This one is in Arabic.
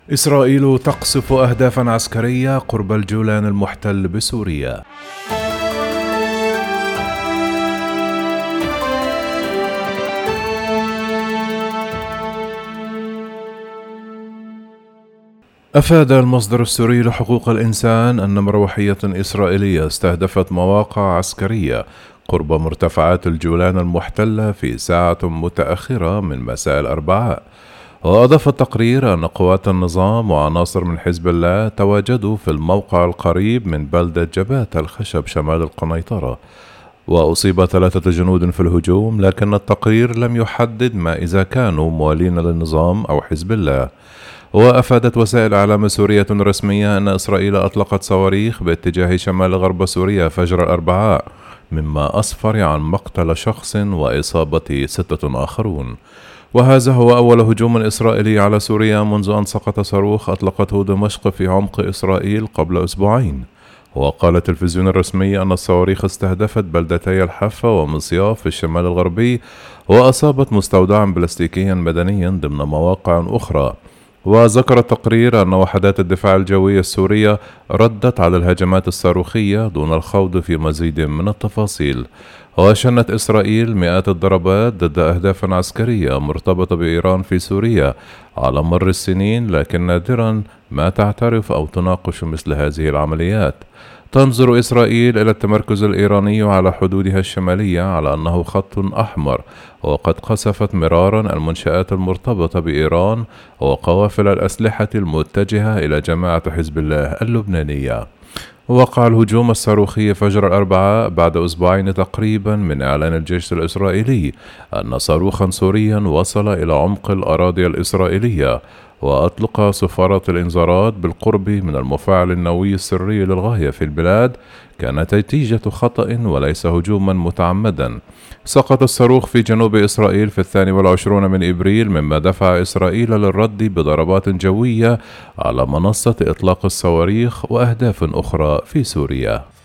إسرائيل تقصف أهدافا عسكرية قرب الجولان المحتل بسوريا. أفاد المصدر السوري لحقوق الإنسان أن مروحية إسرائيلية استهدفت مواقع عسكرية قرب مرتفعات الجولان المحتلة في ساعة متأخرة من مساء الأربعاء. وأضاف التقرير أن قوات النظام وعناصر من حزب الله تواجدوا في الموقع القريب من بلدة جبات الخشب شمال القنيطرة، وأصيب 3 جنود في الهجوم، لكن التقرير لم يحدد ما إذا كانوا موالين للنظام أو حزب الله. وأفادت وسائل إعلام سورية رسمية أن إسرائيل أطلقت صواريخ باتجاه شمال غرب سوريا فجر الأربعاء، مما أسفر عن مقتل شخص وإصابة 6 آخرون. وهذا هو أول هجوم إسرائيلي على سوريا منذ أن سقط صاروخ أطلقته دمشق في عمق إسرائيل قبل أسبوعين. وقال التلفزيون الرسمي أن الصواريخ استهدفت بلدتي الحفا ومصياف في الشمال الغربي، وأصابت مستودعا بلاستيكيا مدنيا ضمن مواقع أخرى. وذكر التقرير أن وحدات الدفاع الجوي السورية ردت على الهجمات الصاروخية دون الخوض في مزيد من التفاصيل. وشنت إسرائيل مئات الضربات ضد أهداف عسكرية مرتبطة بإيران في سوريا على مر السنين، لكن نادرا ما تعترف أو تناقش مثل هذه العمليات. تنظر إسرائيل إلى التمركز الإيراني على حدودها الشمالية على أنه خط أحمر، وقد قصفت مرارا المنشآت المرتبطة بإيران وقوافل الأسلحة المتجهة إلى جماعة حزب الله اللبنانية. وقع الهجوم الصاروخي فجر الأربعاء بعد أسبوعين تقريبا من إعلان الجيش الإسرائيلي أن صاروخا سوريا وصل إلى عمق الأراضي الإسرائيلية، وأطلق صفارة الإنذارات بالقرب من المفاعل النووي السري للغاية في البلاد كانت نتيجة خطأ وليس هجوما متعمدا. سقط الصاروخ في جنوب إسرائيل في 22 من إبريل، مما دفع إسرائيل للرد بضربات جوية على منصة إطلاق الصواريخ وأهداف أخرى في سوريا.